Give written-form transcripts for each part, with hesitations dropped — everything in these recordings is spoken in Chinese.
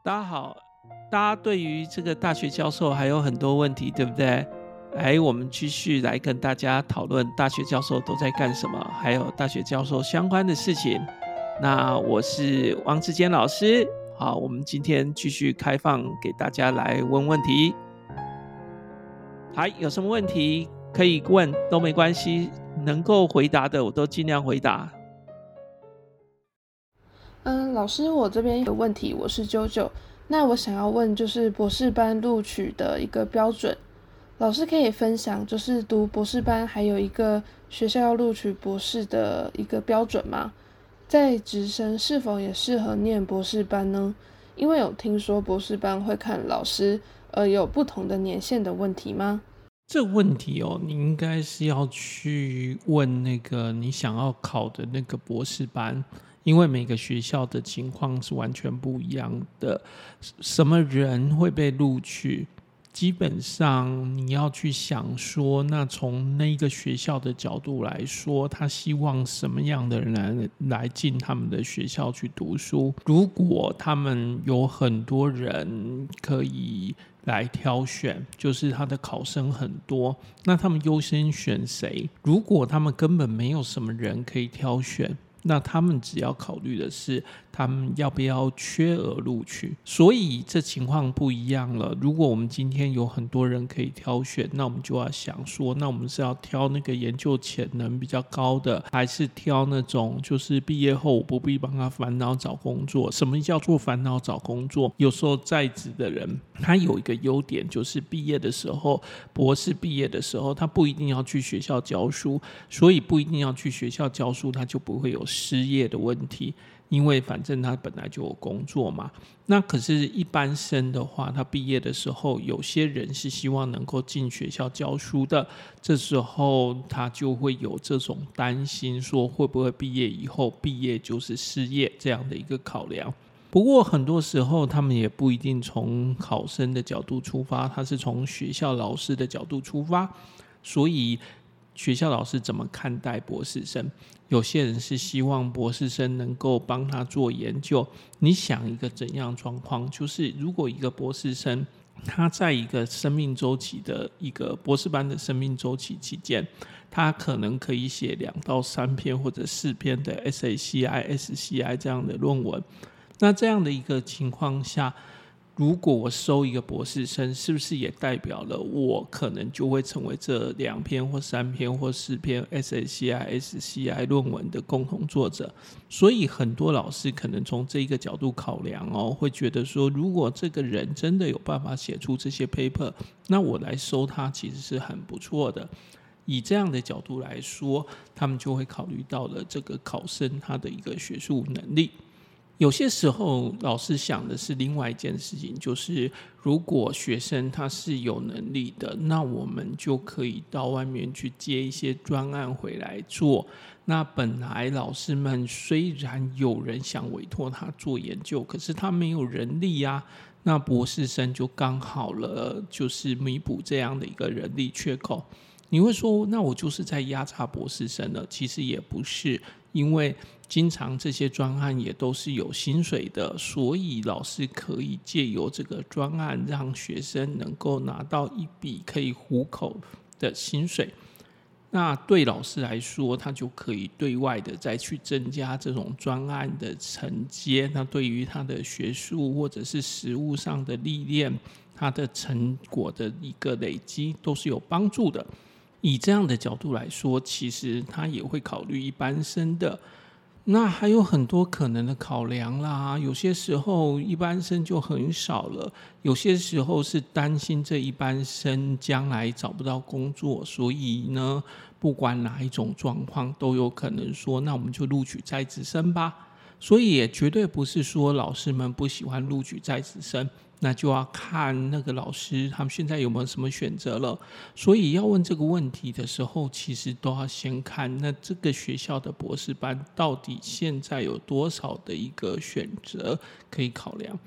大家好，大家对于这个大学教授还有很多问题，对不对？来，我们继续来跟大家讨论大学教授都在干什么，还有大学教授相关的事情。那我是王志坚老师，好，我们今天继续开放给大家来问问题。还有什么问题可以问都没关系，能够回答的我都尽量回答。 老师，我这边有问题，我是啾啾。那我想要问，就是博士班录取的一个标准，老师可以分享，就是读博士班还有一个学校要录取博士的一个标准吗？在职生是否也适合念博士班呢？因为有听说博士班会看老师，有不同的年限的问题吗？ 这个问题你应该是要去问那个你想要考的那个博士班，因为每个学校的情况是完全不一样的。什么人会被录取？基本上你要去想说，那从那个学校的角度来说，他希望什么样的人来进他们的学校去读书。如果他们有很多人可以来挑选，就是他的考生很多，那他们优先选谁？如果他们根本没有什么人可以挑选，那他们只要考虑的是他们要不要缺额录取，所以这情况不一样了。如果我们今天有很多人可以挑选，那我们就要想说，那我们是要挑那个研究潜能比较高的，还是挑那种就是毕业后我不必帮他烦恼找工作？什么叫做烦恼找工作？有时候在职的人他有一个优点，就是毕业的时候，博士毕业的时候，他不一定要去学校教书，所以不一定要去学校教书，他就不会有失业的问题，因为反正他本来就有工作嘛。那可是一般生的话，他毕业的时候，有些人是希望能够进学校教书的，这时候他就会有这种担心，说会不会毕业以后毕业就是失业这样的一个考量。不过很多时候他们也不一定从考生的角度出发，他是从学校老师的角度出发，所以学校老师怎么看待博士生？有些人是希望博士生能够帮他做研究。你想一个怎样状况？就是如果一个博士生他在一个生命周期的一个博士班的生命周期期间，他可能可以写2到3篇或者4篇的 SACI、SCI 这样的论文。那这样的一个情况下，如果我收一个博士生，是不是也代表了我可能就会成为这2篇或3篇或4篇 SACI、SCI 论文的共同作者？所以很多老师可能从这一个角度考量会觉得说，如果这个人真的有办法写出这些 paper， 那我来收他其实是很不错的。以这样的角度来说，他们就会考虑到了这个考生他的一个学术能力。有些时候老师想的是另外一件事情，就是如果学生他是有能力的，那我们就可以到外面去接一些专案回来做。那本来老师们虽然有人想委托他做研究，可是他没有人力啊，那博士生就刚好了，就是弥补这样的一个人力缺口。你会说，那我就是在压榨博士生了？其实也不是，因为经常这些专案也都是有薪水的，所以老师可以借由这个专案，让学生能够拿到一笔可以糊口的薪水。那对老师来说，他就可以对外的再去增加这种专案的承接，那对于他的学术或者是实务上的历练，他的成果的一个累积都是有帮助的。以这样的角度来说，其实他也会考虑一般生的。那还有很多可能的考量啦，有些时候一般生就很少了，有些时候是担心这一般生将来找不到工作，所以呢，不管哪一种状况都有可能说，那我们就录取在职生吧。所以也绝对不是说老师们不喜欢录取在职生，那就要看那个老师他们现在有没有什么选择了。所以要问这个问题的时候，其实都要先看那这个学校的博士班到底现在有多少的一个选择可以考量。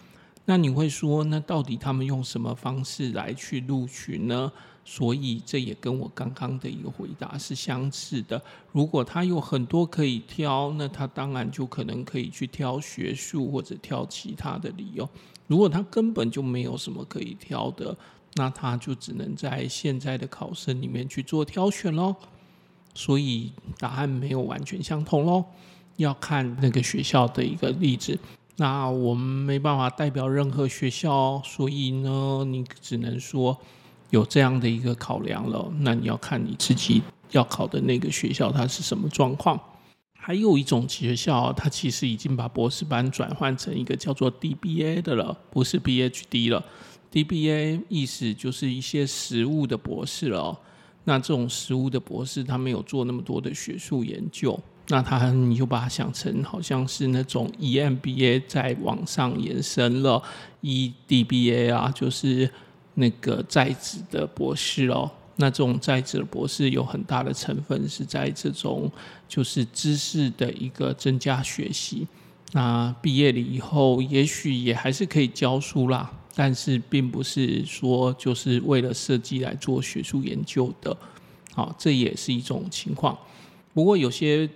那你会说，那到底他们用什么方式来去录取呢？所以这也跟我刚刚的一个回答是相似的。如果他有很多可以挑，那他当然就可能可以去挑学术或者挑其他的理由。如果他根本就没有什么可以挑的，那他就只能在现在的考生里面去做挑选咯。所以答案没有完全相同咯，要看那个学校的一个例子。那我们没办法代表任何学校，所以呢，你只能说有这样的一个考量了。那你要看你自己要考的那个学校它是什么状况。还有一种学校，它其实已经把博士班转换成一个叫做 DBA 的了，不是 PhD 了。DBA 意思就是一些实务的博士了。那这种实务的博士，他没有做那么多的学术研究，那你就把它想成好像是那种 EMBA 在往上延伸了。EDBA 啊，就是那个在职的博士哦。那这种在职的博士有很大的成分是在这种就是知识的一个增加学习。那毕业了以后，也许也还是可以教书啦，但是并不是说就是为了设计来做学术研究的。好，这也是一种情况。不过有些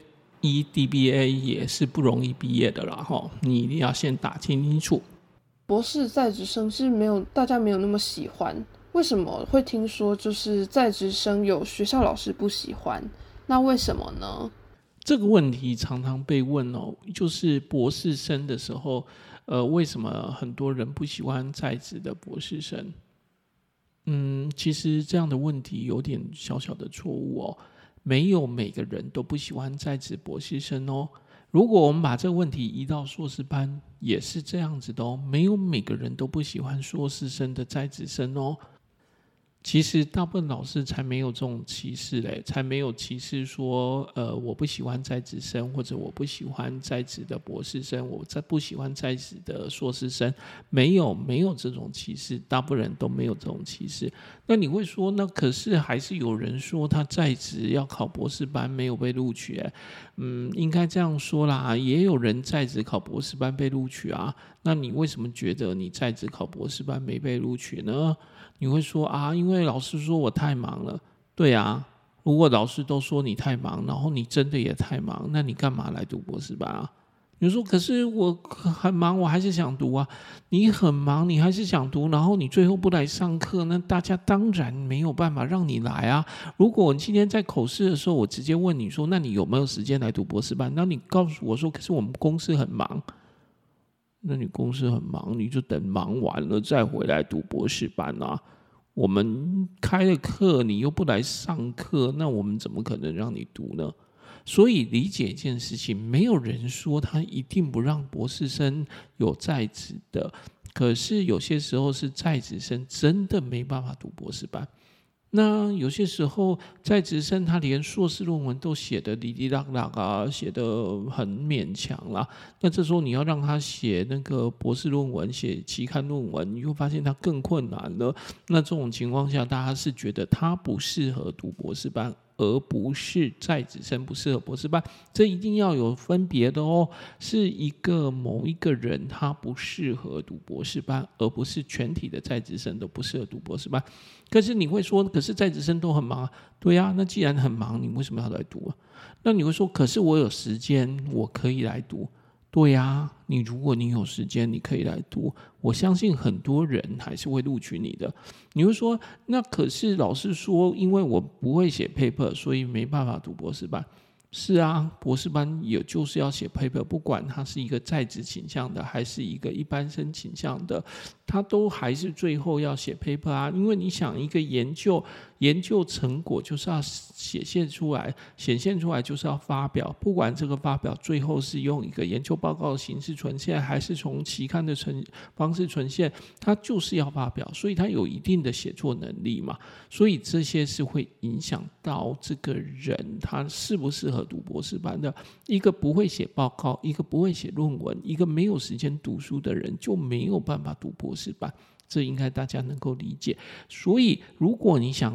EDBA 也是不容易毕业的啦，你一定要先打清楚。 博士在职生是大家没有那么喜欢，为什么会听说就是在职生有学校老师不喜欢？那为什么呢？ 这个问题常常被问哦，就是博士生的时候，为什么很多人不喜欢在职的博士生？其实这样的问题有点小小的错误哦。没有每个人都不喜欢在职博士生哦。如果我们把这个问题移到硕士班，也是这样子的哦。没有每个人都不喜欢硕士生的在职生哦。其实大部分老师才没有这种歧视嘞，才没有歧视说我不喜欢在职生，或者我不喜欢在职的博士生，我不喜欢在职的硕士生，没有这种歧视，大部分人都没有这种歧视。那你会说，那可是还是有人说他在职要考博士班没有被录取应该这样说啦，也有人在职考博士班被录取啊。那你为什么觉得你在职考博士班没被录取呢？你会说啊，因为老师说我太忙了。对啊，如果老师都说你太忙，然后你真的也太忙，那你干嘛来读博士班啊？你说可是我很忙，我还是想读啊。你很忙，你还是想读，然后你最后不来上课，那大家当然没有办法让你来啊。如果你今天在口试的时候，我直接问你说，那你有没有时间来读博士班？那你告诉我说，可是我们公司很忙。那你公司很忙，你就等忙完了再回来读博士班啊。我们开了课，你又不来上课，那我们怎么可能让你读呢？所以理解一件事情，没有人说他一定不让博士生有在职的，可是有些时候是在职生真的没办法读博士班。那有些时候在职生他连硕士论文都写得哩哩啦啦啊，写得很勉强啦。那这时候你要让他写那个博士论文，写期刊论文，你会发现他更困难了。那这种情况下，大家是觉得他不适合读博士班，而不是在职生不适合博士班，这一定要有分别的哦。是某一个人他不适合读博士班，而不是全体的在职生都不适合读博士班。可是你会说，可是在职生都很忙啊。对啊，那既然很忙，你为什么要来读啊？那你会说，可是我有时间，我可以来读。对啊，如果你有时间，你可以来读，我相信很多人还是会录取你的。你会说，那可是老师说，因为我不会写 paper， 所以没办法读博士班。是啊，博士班也就是要写 paper， 不管它是一个在职倾向的，还是一个一般生倾向的，它都还是最后要写 paper 啊。因为你想，一个研究成果就是要显现出来就是要发表，不管这个发表最后是用一个研究报告的形式呈现，还是从期刊的方式呈现，它就是要发表，所以它有一定的写作能力嘛。所以这些是会影响到这个人他适不适合读博士班的。一个不会写报告，一个不会写论文，一个没有时间读书的人就没有办法读博士班，这应该大家能够理解。所以如果你想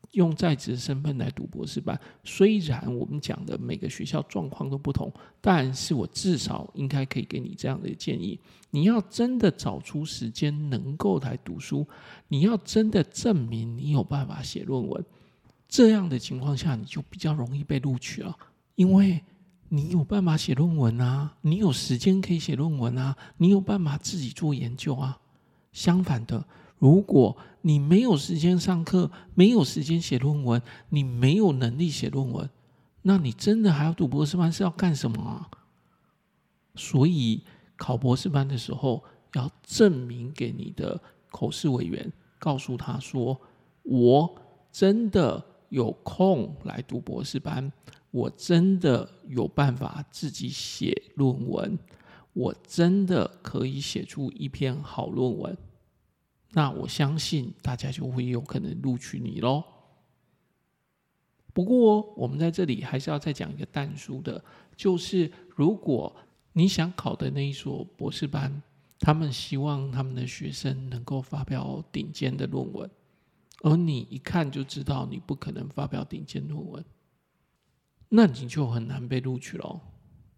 用在职身份来读博士班，虽然我们讲的每个学校状况都不同，但是我至少应该可以给你这样的建议：你要真的找出时间能够来读书，你要真的证明你有办法写论文，这样的情况下你就比较容易被录取了，因为你有办法写论文啊，你有时间可以写论文啊，你有办法自己做研究啊。相反的，如果你没有时间上课，没有时间写论文，你没有能力写论文，那你真的还要读博士班是要干什么啊？所以考博士班的时候，要证明给你的口试委员，告诉他说，我真的有空来读博士班，我真的有办法自己写论文，我真的可以写出一篇好论文，那我相信大家就会有可能录取你咯。不过我们在这里还是要再讲一个但书的，就是如果你想考的那一所博士班，他们希望他们的学生能够发表顶尖的论文，而你一看就知道你不可能发表顶尖论文，那你就很难被录取咯。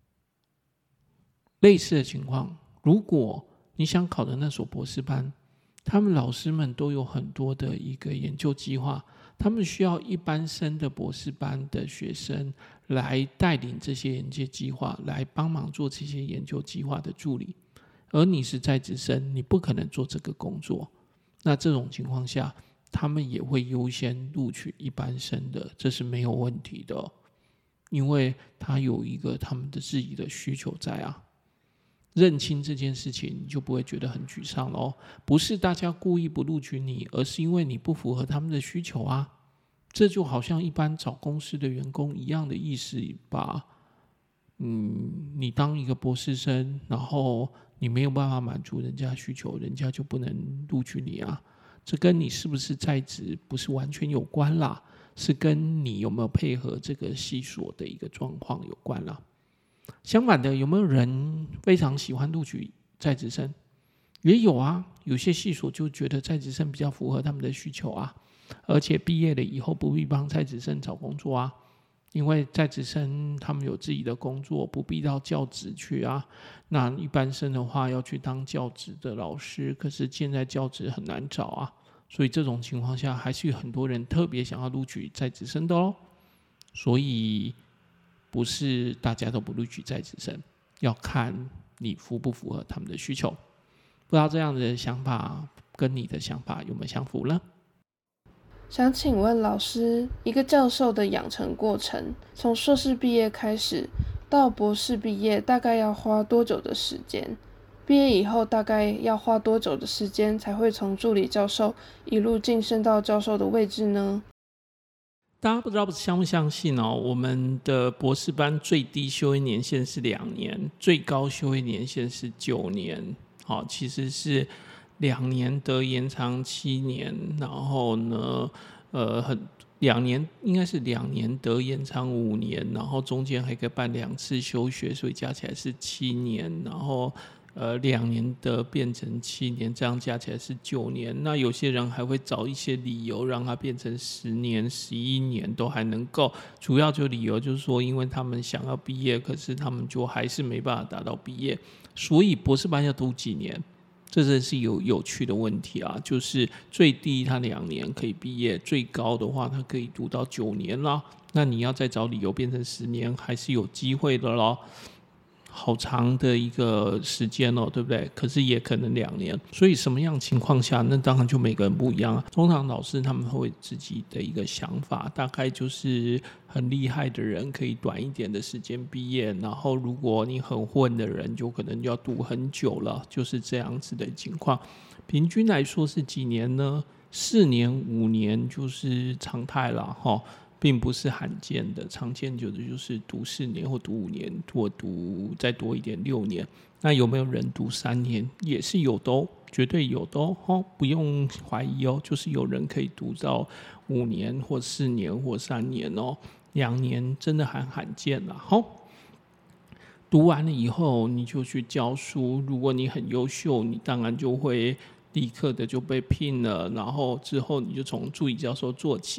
类似的情况，如果你想考的那所博士班，他们老师们都有很多的一个研究计划，他们需要一般生的博士班的学生来带领这些研究计划，来帮忙做这些研究计划的助理，而你是在职生，你不可能做这个工作，那这种情况下他们也会优先录取一般生的，这是没有问题的，因为他有一个他们的自己的需求在啊。认清这件事情，你就不会觉得很沮丧咯。不是大家故意不录取你，而是因为你不符合他们的需求啊。这就好像一般找公司的员工一样的意思吧。你当一个博士生，然后你没有办法满足人家需求，人家就不能录取你啊。这跟你是不是在职不是完全有关啦，是跟你有没有配合这个系所的一个状况有关啦。相反的，有没有人非常喜欢录取在职生？也有啊，有些系所就觉得在职生比较符合他们的需求啊，而且毕业了以后不必帮在职生找工作啊，因为在职生他们有自己的工作，不必到教职去啊。那一般生的话要去当教职的老师，可是现在教职很难找啊，所以这种情况下还是有很多人特别想要录取在职生的咯。所以不是大家都不录取在职生，要看你符不符合他们的需求。不知道这样的想法跟你的想法有没有相符呢？ 想请问老师，一个教授的养成过程，从硕士毕业开始到博士毕业，大概要花多久的时间？毕业以后大概要花多久的时间才会从助理教授一路晋升到教授的位置呢？ 大家不知道相不相信哦，我们的博士班最低修业年限是2年，最高修业年限是9年。其实是2年得延长7年，然后呢2年应该是2年得延长5年，然后中间还可以办2次休学，所以加起来是7年，然后2年的变成7年，这样加起来是9年。那有些人还会找一些理由让它变成10年、11年都还能够。主要就理由就是说，因为他们想要毕业，可是他们就还是没办法达到毕业，所以博士班要读几年？这真是有趣的问题啊！就是最低他2年可以毕业，最高的话他可以读到9年啦。那你要再找理由变成10年，还是有机会的咯。好长的一个时间哦，对不对？可是也可能2年，所以什么样情况下，那当然就每个人不一样啊。通常老师他们会自己的一个想法，大概就是很厉害的人可以短一点的时间毕业，然后如果你很混的人，就可能要读很久了，就是这样子的情况。平均来说是几年呢？4年、5年就是常态了哈。并不是罕见的，常见就是读4年或读5年，或读再多一点6年。那有没有人读3年？也是有的哦，绝对有的哦，不用怀疑哦，就是有人可以读到5年或4年或3年哦，2年真的很罕见啦。读完了以后你就去教书，如果你很优秀，你当然就会立刻的就被聘了，然后之后你就从助理教授做起。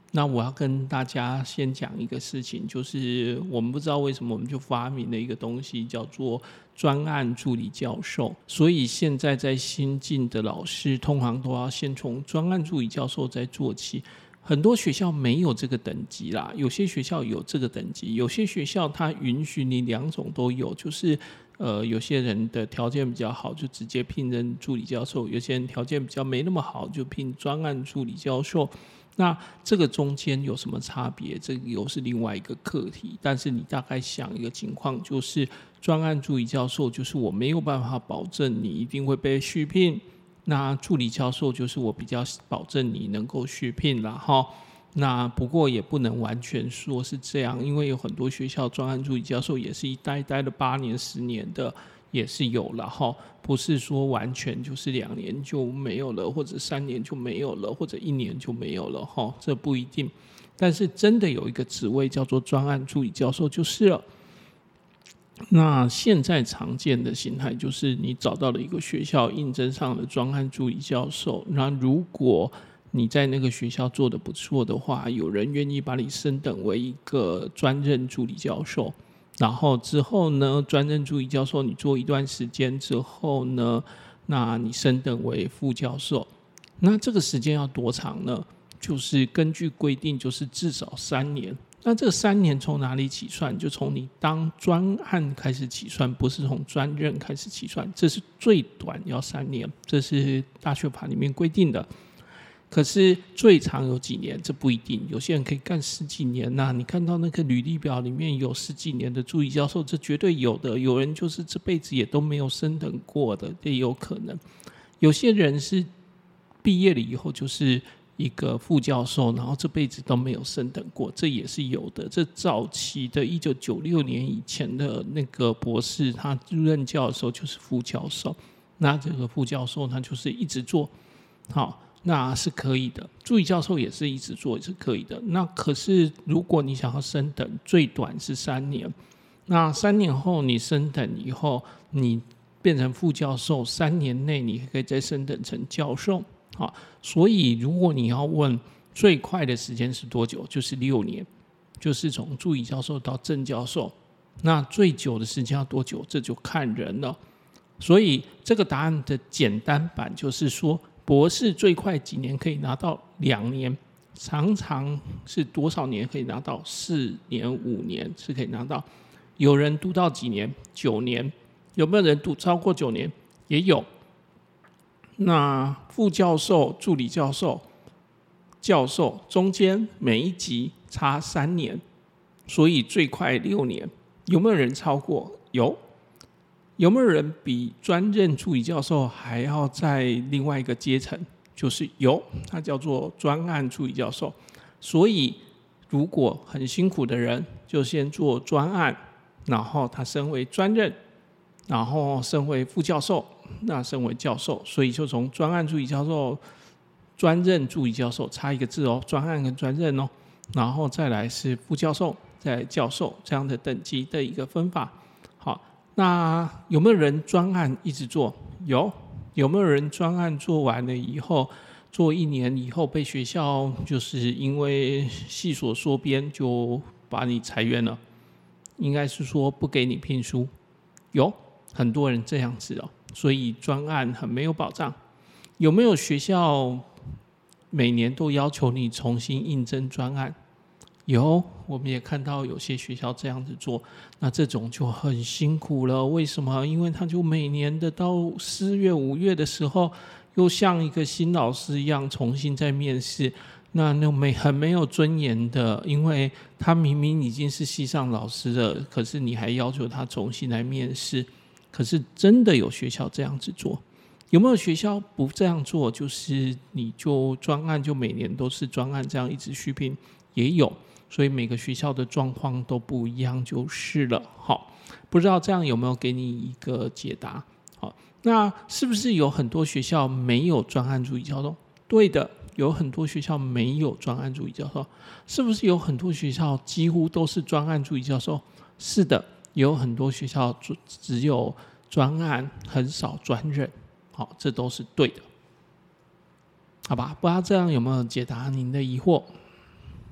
那我要跟大家先讲一个事情，就是我们不知道为什么我们就发明了一个东西叫做专案助理教授，所以现在在新进的老师通常都要先从专案助理教授再做起。很多学校没有这个等级啦，有些学校有这个等级，有些学校它允许你2种都有，就是有些人的条件比较好，就直接聘任助理教授；有些人条件比较没那么好，就聘专案助理教授。那这个中间有什么差别？这个又是另外一个课题。但是你大概想一个情况，就是专案助理教授，就是我没有办法保证你一定会被续聘；那助理教授就是我比较保证你能够续聘啦齁。那不过也不能完全说是这样，因为有很多学校专案助理教授也是一待了8年、10年的。也是有了齁，不是说完全就是2年就没有了，或者3年就没有了，或者1年就没有了齁，这不一定。但是真的有一个职位叫做专案助理教授就是了。那现在常见的形态就是你找到了一个学校应征上的专案助理教授，那如果你在那个学校做得不错的话，有人愿意把你升等为一个专任助理教授。然后之后呢，专任助理教授你做一段时间之后呢，那你升等为副教授。那这个时间要多长呢？就是根据规定，就是至少3年。那这3年从哪里起算？就从你当专案开始起算，不是从专任开始起算。这是最短要3年，这是大学法里面规定的。可是最长有几年，这不一定，有些人可以干10几年呐。你看到那个履历表里面有10几年的助理教授，这绝对有的。有人就是这辈子也都没有升等过的，这也有可能。有些人是毕业了以后就是一个副教授，然后这辈子都没有升等过，这也是有的。这早期的1996年以前的那个博士，他任教的时候就是副教授，那这个副教授他就是一直做，好。那是可以的，助理教授也是一直做，也是可以的。那可是如果你想要升等，最短是3年。那3年后你升等以后，你变成副教授，3年内你可以再升等成教授。好，所以如果你要问最快的时间是多久，就是6年，就是从助理教授到正教授。那最久的时间要多久，这就看人了。所以这个答案的简单版就是说，博士最快几年可以拿到2年，常常是多少年可以拿到4年、5年是可以拿到。有人读到几年？9年。有没有人读超过9年？也有。那副教授、助理教授、教授中间每一级差3年，所以最快6年。有没有人超过？有。有没有人比专任助理教授还要在另外一个阶层？就是有，他叫做专案助理教授。所以如果很辛苦的人，就先做专案，然后他升为专任，然后升为副教授，那升为教授。所以就从专案助理教授、专任助理教授差一个字哦，专案跟专任哦，然后再来是副教授，再来教授，这样的等级的一个分法。好。那有没有人专案一直做？有没有人专案做完了以后，做1年以后被学校就是因为系所缩编就把你裁员了？应该是说不给你聘书。有很多人这样子哦，所以专案很没有保障。有没有学校每年都要求你重新应征专案？有，我们也看到有些学校这样子做，那这种就很辛苦了。为什么？因为他就每年的到4月、5月的时候，又像一个新老师一样重新再面试，那很没有尊严的，因为他明明已经是系上老师了，可是你还要求他重新来面试。可是真的有学校这样子做。有没有学校不这样做？就是你就专案就每年都是专案这样一直续聘，也有。所以每个学校的状况都不一样就是了。好，不知道这样有没有给你一个解答？好，那是不是有很多学校没有专案助理教授？对的，有很多学校没有专案助理教授。是不是有很多学校几乎都是专案助理教授？是的，有很多学校只有专案，很少专任。好，这都是对的。好吧，不知道这样有没有解答您的疑惑？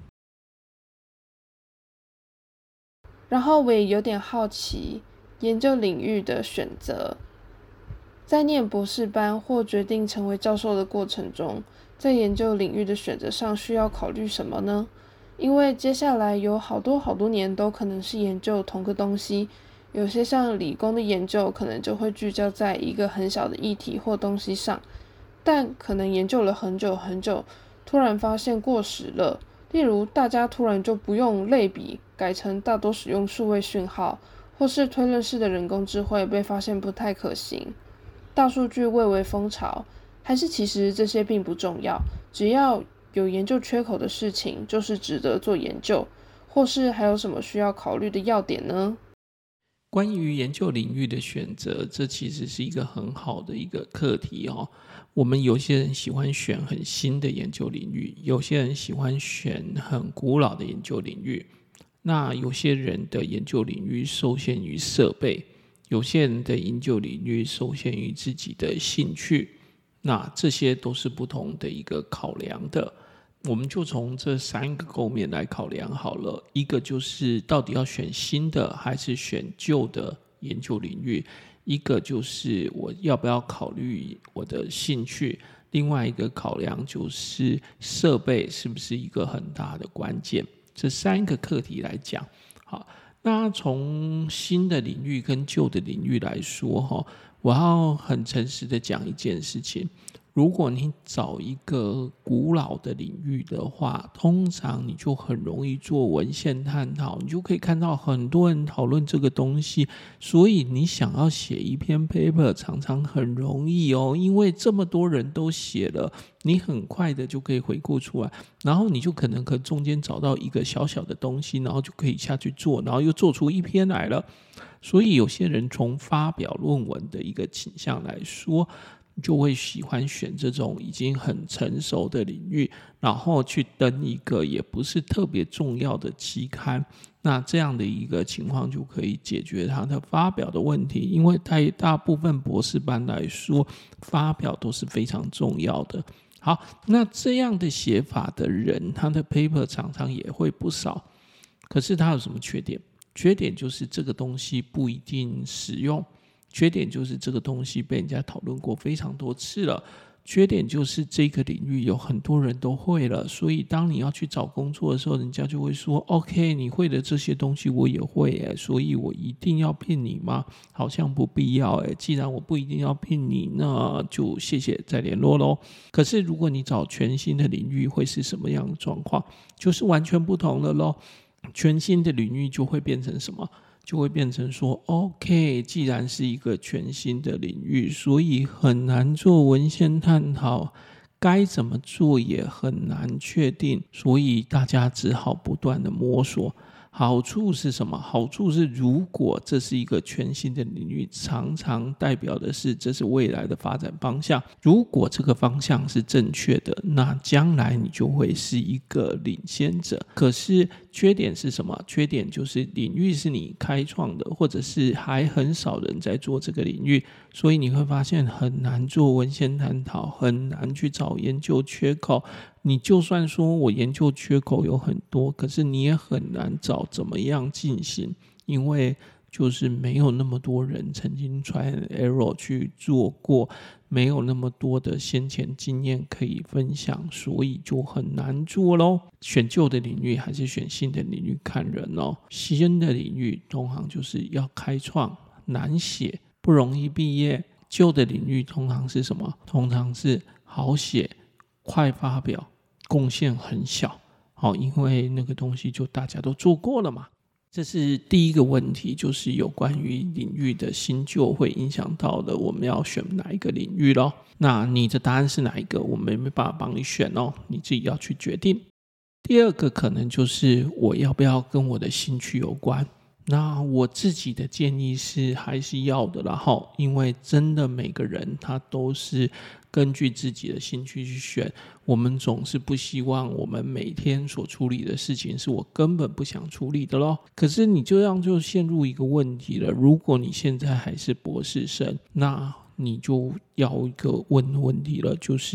然后我也有点好奇研究领域的选择，在念博士班或决定成为教授的过程中，在研究领域的选择上需要考虑什么呢？因为接下来有好多年都可能是研究同个东西，有些像理工的研究可能就会聚焦在一个很小的议题或东西上，但可能研究了很久，突然发现过时了。例如大家突然就不用类比，改成大多使用数位讯号，或是推论式的人工智慧被发现不太可行，大数据蔚为风潮，还是其实这些并不重要，只要有研究缺口的事情就是值得做研究，或是还有什么需要考虑的要点呢？ 关于研究领域的选择，这其实是一个很好的一个课题哦。我们有些人喜欢选很新的研究领域，有些人喜欢选很古老的研究领域。那有些人的研究领域受限于设备，有些人的研究领域受限于自己的兴趣。那这些都是不同的一个考量的。我们就从这3个构面来考量好了，一个就是到底要选新的还是选旧的研究领域，一个就是我要不要考虑我的兴趣，另外一个考量就是设备是不是一个很大的关键。这3个课题来讲，好，那从新的领域跟旧的领域来说，我要很诚实的讲一件事情。如果你找一个古老的领域的话，通常你就很容易做文献探讨，你就可以看到很多人讨论这个东西，所以你想要写一篇 paper 常常很容易哦，因为这么多人都写了，你很快的就可以回顾出来，然后你就可能中间找到一个小小的东西，然后就可以下去做，然后又做出一篇来了。所以有些人从发表论文的一个倾向来说，就会喜欢选这种已经很成熟的领域，然后去登一个也不是特别重要的期刊。那这样的一个情况就可以解决他的发表的问题，因为在大部分博士班来说，发表都是非常重要的。好，那这样的写法的人，他的 paper 常常也会不少，可是他有什么缺点？缺点就是这个东西不一定实用，缺点就是这个东西被人家讨论过非常多次了，缺点就是这个领域有很多人都会了，所以当你要去找工作的时候，人家就会说 OK 你会的这些东西我也会耶，所以我一定要聘你吗？好像不必要耶，既然我不一定要聘你，那就谢谢再联络咯。可是如果你找全新的领域，会是什么样的状况？就是完全不同了咯。全新的领域就会变成什么？就会变成说 OK 既然是一个全新的领域，所以很难做文献探讨，该怎么做也很难确定，所以大家只好不断的摸索。好处是什么？好处是如果这是一个全新的领域，常常代表的是这是未来的发展方向。如果这个方向是正确的，那将来你就会是一个领先者。可是缺点是什么？缺点就是领域是你开创的，或者是还很少人在做这个领域，所以你会发现很难做文献探讨，很难去找研究缺口。你就算说我研究缺口有很多，可是你也很难找怎么样进行，因为就是没有那么多人曾经 try and error 去做过，没有那么多的先前经验可以分享，所以就很难做咯。选旧的领域还是选新的领域看人哦。新的领域通常就是要开创，难写，不容易毕业。旧的领域通常是什么？通常是好写，快发表，贡献很小，因为那个东西就大家都做过了嘛。这是第一个问题，就是有关于领域的新旧会影响到的我们要选哪一个领域咯。那你的答案是哪一个？我们没办法帮你选哦，你自己要去决定。第二个可能就是我要不要跟我的兴趣有关。那我自己的建议是还是要的啦，因为真的每个人他都是根据自己的兴趣去选，我们总是不希望我们每天所处理的事情是我根本不想处理的咯。可是你这样就陷入一个问题了，如果你现在还是博士生，那你就要一个问题了，就是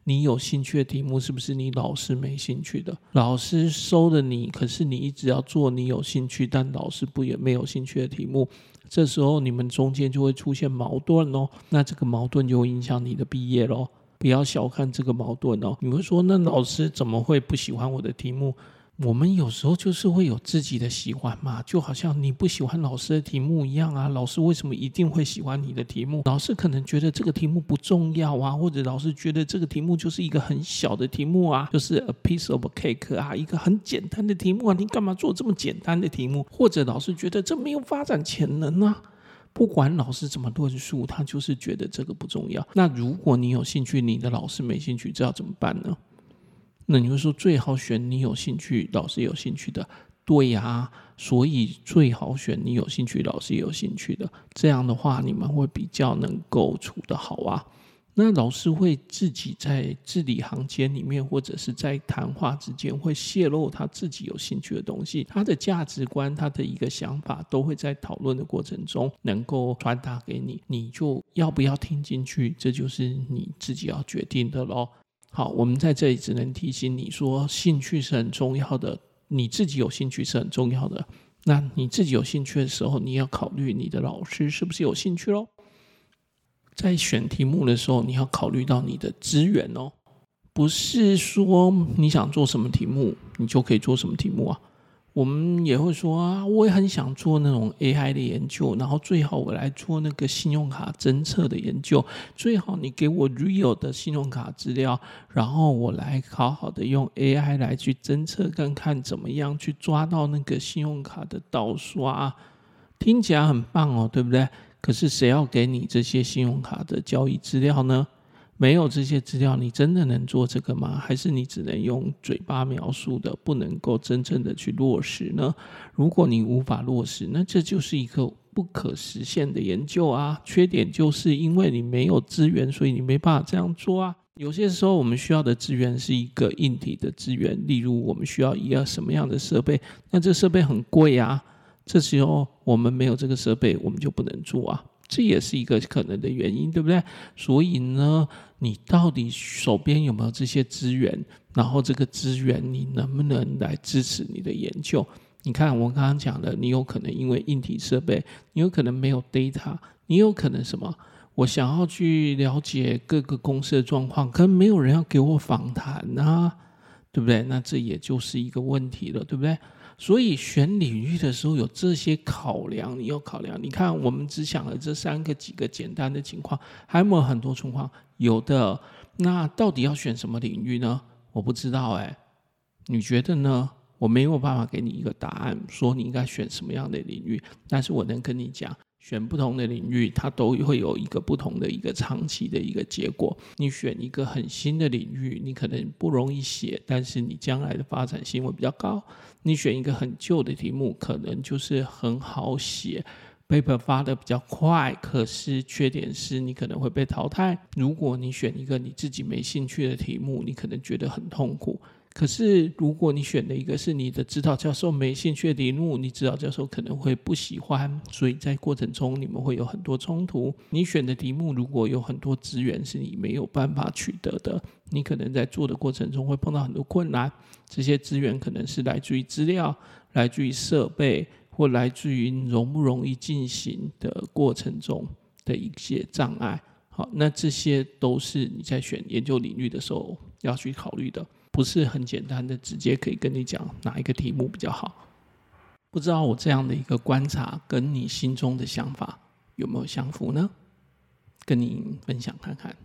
你有兴趣的题目是不是你老师没兴趣的？老师收了你，可是你一直要做你有兴趣但老师没有兴趣的题目，这时候你们中间就会出现矛盾哦，那这个矛盾就会影响你的毕业咯。不要小看这个矛盾哦。你会说那老师怎么会不喜欢我的题目？我们有时候就是会有自己的喜欢嘛，就好像你不喜欢老师的题目一样啊。老师为什么一定会喜欢你的题目？老师可能觉得这个题目不重要啊，或者老师觉得这个题目就是一个很小的题目啊，就是 a piece of cake 啊，一个很简单的题目啊，你干嘛做这么简单的题目？或者老师觉得这没有发展潜能啊。不管老师怎么论述，他就是觉得这个不重要。那如果你有兴趣，你的老师没兴趣，这要怎么办呢？那你会说最好选你有兴趣老师有兴趣的，对啊，所以最好选你有兴趣老师有兴趣的，这样的话你们会比较能够处得好啊。那老师会自己在字里行间里面，或者是在谈话之间会泄露他自己有兴趣的东西，他的价值观，他的一个想法都会在讨论的过程中能够传达给你，你就要不要听进去，这就是你自己要决定的咯。好，我们在这里只能提醒你说，兴趣是很重要的，你自己有兴趣是很重要的。那你自己有兴趣的时候，你要考虑你的老师是不是有兴趣咯。在选题目的时候，你要考虑到你的资源哦，不是说你想做什么题目，你就可以做什么题目啊。我们也会说啊，我也很想做那种 AI 的研究，然后最好我来做那个信用卡侦测的研究，最好你给我 real 的信用卡资料，然后我来好好的用 AI 来去侦测看看怎么样去抓到那个信用卡的盗刷，听起来很棒哦，对不对？可是谁要给你这些信用卡的交易资料呢？没有这些资料，你真的能做这个吗？还是你只能用嘴巴描述的，不能够真正的去落实呢？如果你无法落实，那这就是一个不可实现的研究啊。缺点就是因为你没有资源，所以你没办法这样做啊。有些时候我们需要的资源是一个硬体的资源，例如我们需要一个什么样的设备，那这设备很贵啊，这时候我们没有这个设备，我们就不能做啊。这也是一个可能的原因，对不对？所以呢，你到底手边有没有这些资源，然后这个资源你能不能来支持你的研究？你看我刚刚讲的，你有可能因为硬体设备，你有可能没有 data， 你有可能什么？我想要去了解各个公司的状况，可能没有人要给我访谈啊，对不对？那这也就是一个问题了，对不对？所以选领域的时候有这些考量，你要考量。你看我们只想了这几个简单的情况，还有没有很多情况？有的。那到底要选什么领域呢？我不知道你觉得呢？我没有办法给你一个答案，说你应该选什么样的领域，但是我能跟你讲，选不同的领域，它都会有一个不同的一个长期的一个结果。你选一个很新的领域，你可能不容易写，但是你将来的发展性会比较高。你选一个很旧的题目，可能就是很好写，paper 发的比较快，可是缺点是你可能会被淘汰。如果你选一个你自己没兴趣的题目，你可能觉得很痛苦。可是如果你选的一个是你的指导教授没兴趣的题目，你指导教授可能会不喜欢，所以在过程中你们会有很多冲突。你选的题目如果有很多资源是你没有办法取得的，你可能在做的过程中会碰到很多困难。这些资源可能是来自于资料，来自于设备，或来自于容不容易进行的过程中的一些障碍。好，那这些都是你在选研究领域的时候要去考虑的，不是很简单的直接可以跟你讲哪一个题目比较好。不知道我这样的一个观察跟你心中的想法有没有相符呢？跟你分享看看。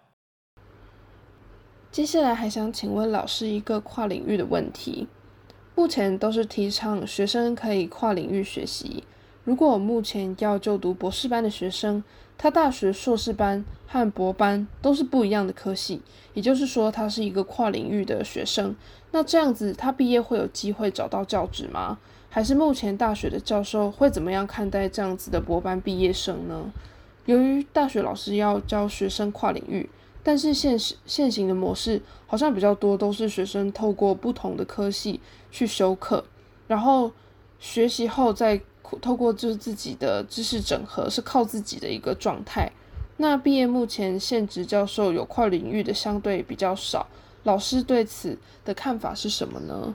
接下来还想请问老师一个跨领域的问题。目前都是提倡学生可以跨领域学习，如果我目前要就读博士班的学生，他大学硕士班和博班都是不一样的科系，也就是说他是一个跨领域的学生，那这样子他毕业会有机会找到教职吗？还是目前大学的教授会怎么样看待这样子的博班毕业生呢？由于大学老师要教学生跨领域，但是现行的模式好像比较多都是学生透过不同的科系去修课，然后学习后再透过就是自己的知识整合，是靠自己的一个状态。 那毕业目前现职教授有跨领域的相对比较少，老师对此的看法是什么呢？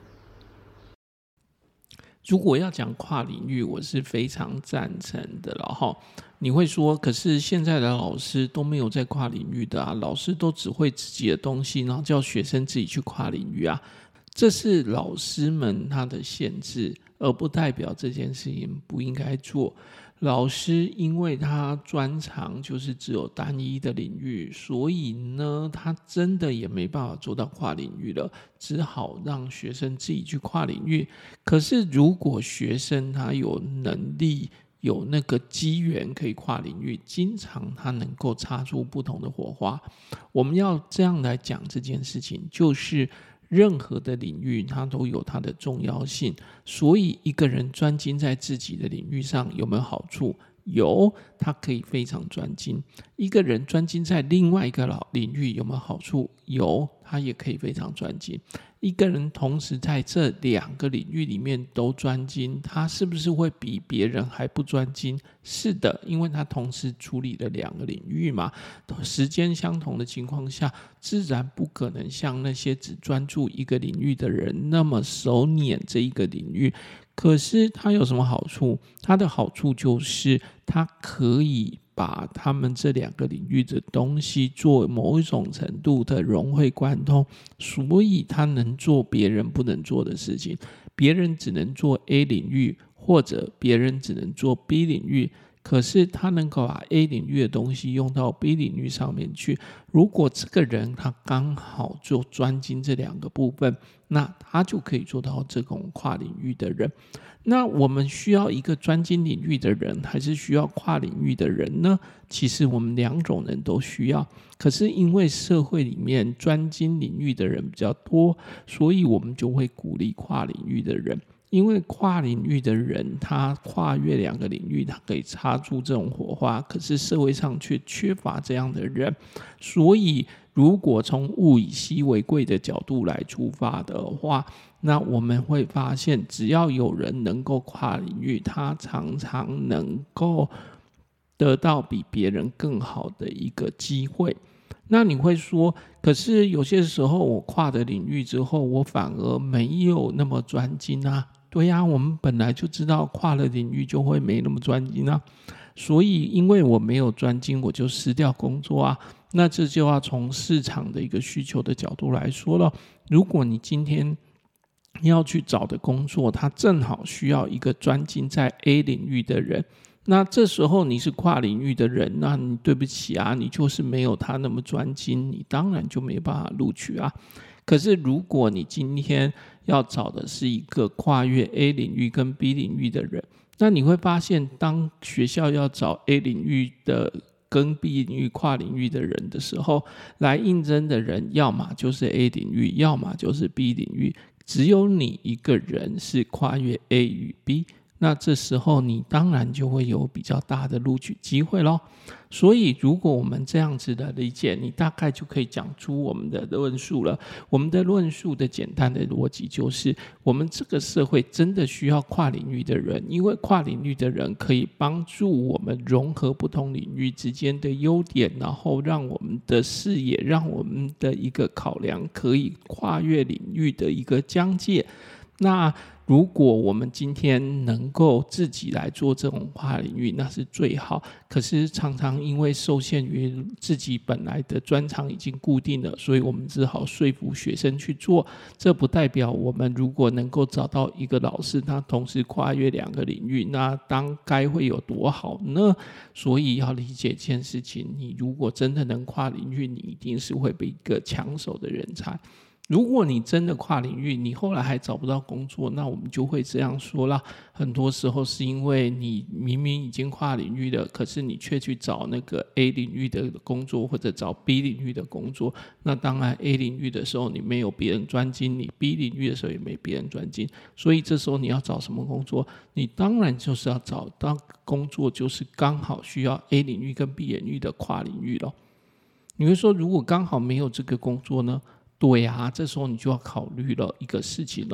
如果要讲跨领域，我是非常赞成的了哈。你会说，可是现在的老师都没有在跨领域的啊，老师都只会自己的东西，然后叫学生自己去跨领域啊，这是老师们他的限制，而不代表这件事情不应该做。老师因为他专长就是只有单一的领域，所以呢，他真的也没办法做到跨领域了，只好让学生自己去跨领域。可是如果学生他有能力，有那个机缘可以跨领域，经常他能够擦出不同的火花。我们要这样来讲这件事情，就是任何的领域它都有它的重要性，所以一个人专精在自己的领域上有没有好处？有，他可以非常专精。一个人专精在另外一个领域有没有好处？有，他也可以非常专精。一个人同时在这两个领域里面都专精，他是不是会比别人还不专精？是的，因为他同时处理了两个领域嘛，时间相同的情况下，自然不可能像那些只专注一个领域的人那么熟稔这一个领域。可是它有什么好处？它的好处就是它可以把他们这两个领域的东西做某一种程度的融会贯通，所以它能做别人不能做的事情。别人只能做 A 领域，或者别人只能做 B 领域，可是他能够把 A 领域的东西用到 B 领域上面去。如果这个人他刚好就专精这两个部分，那他就可以做到这种跨领域的人。那我们需要一个专精领域的人，还是需要跨领域的人呢？其实我们两种人都需要，可是因为社会里面专精领域的人比较多，所以我们就会鼓励跨领域的人。因为跨领域的人，他跨越两个领域，他可以擦出这种火花，可是社会上却缺乏这样的人，所以如果从物以稀为贵的角度来出发的话，那我们会发现，只要有人能够跨领域，他常常能够得到比别人更好的一个机会。那你会说，可是有些时候我跨的领域之后，我反而没有那么专精啊。对啊，我们本来就知道跨了领域就会没那么专精啊，所以因为我没有专精，我就失掉工作啊。那这就要从市场的一个需求的角度来说了。如果你今天要去找的工作，它正好需要一个专精在 A 领域的人，那这时候你是跨领域的人，那你对不起啊，你就是没有他那么专精，你当然就没办法录取啊。可是如果你今天要找的是一个跨越 A 领域跟 B 领域的人，那你会发现，当学校要找 A 领域的跟 B 领域跨领域的人的时候，来应征的人要么就是 A 领域，要么就是 B 领域，只有你一个人是跨越 A 与 B，那这时候你当然就会有比较大的录取机会咯。所以如果我们这样子的理解，你大概就可以讲出我们的论述了。我们的论述的简单的逻辑就是，我们这个社会真的需要跨领域的人，因为跨领域的人可以帮助我们融合不同领域之间的优点，然后让我们的视野，让我们的一个考量可以跨越领域的一个疆界。那如果我们今天能够自己来做这种跨领域，那是最好。可是常常因为受限于自己本来的专长已经固定了，所以我们只好说服学生去做。这不代表我们如果能够找到一个老师，他同时跨越两个领域，那当该会有多好呢？所以要理解一件事情，你如果真的能跨领域，你一定是会被一个抢手的人才。如果你真的跨领域，你后来还找不到工作，那我们就会这样说啦。很多时候是因为你明明已经跨领域了，可是你却去找那个 A 领域的工作，或者找 B 领域的工作。那当然 A 领域的时候你没有别人专精，你 B 领域的时候也没别人专精，所以这时候你要找什么工作？你当然就是要找到工作，就是刚好需要 A 领域跟 B 领域的跨领域咯。你会说，如果刚好没有这个工作呢？对啊，这时候你就要考虑了一个事情咯。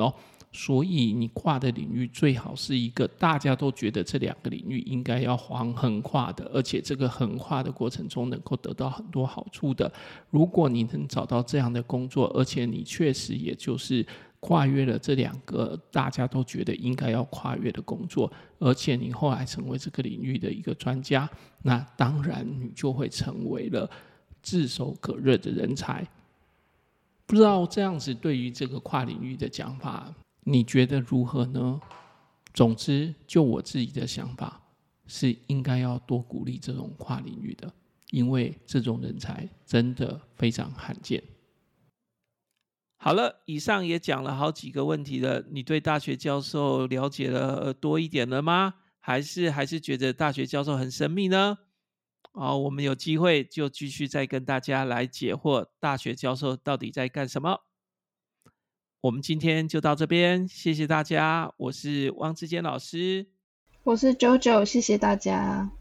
所以你跨的领域最好是一个大家都觉得这2个领域应该要横跨的，而且这个横跨的过程中能够得到很多好处的。如果你能找到这样的工作，而且你确实也就是跨越了这2个大家都觉得应该要跨越的工作，而且你后来成为这个领域的一个专家，那当然你就会成为了炙手可热的人才。不知道这样子对于这个跨领域的讲法你觉得如何呢？总之就我自己的想法是应该要多鼓励这种跨领域的，因为这种人才真的非常罕见。好了，以上也讲了好几个问题了，你对大学教授了解了多一点了吗？还是觉得大学教授很神秘呢？我们有机会就继续再跟大家来解惑大学教授到底在干什么。我们今天就到这边，谢谢大家，我是汪志坚老师， 我是九九，谢谢大家。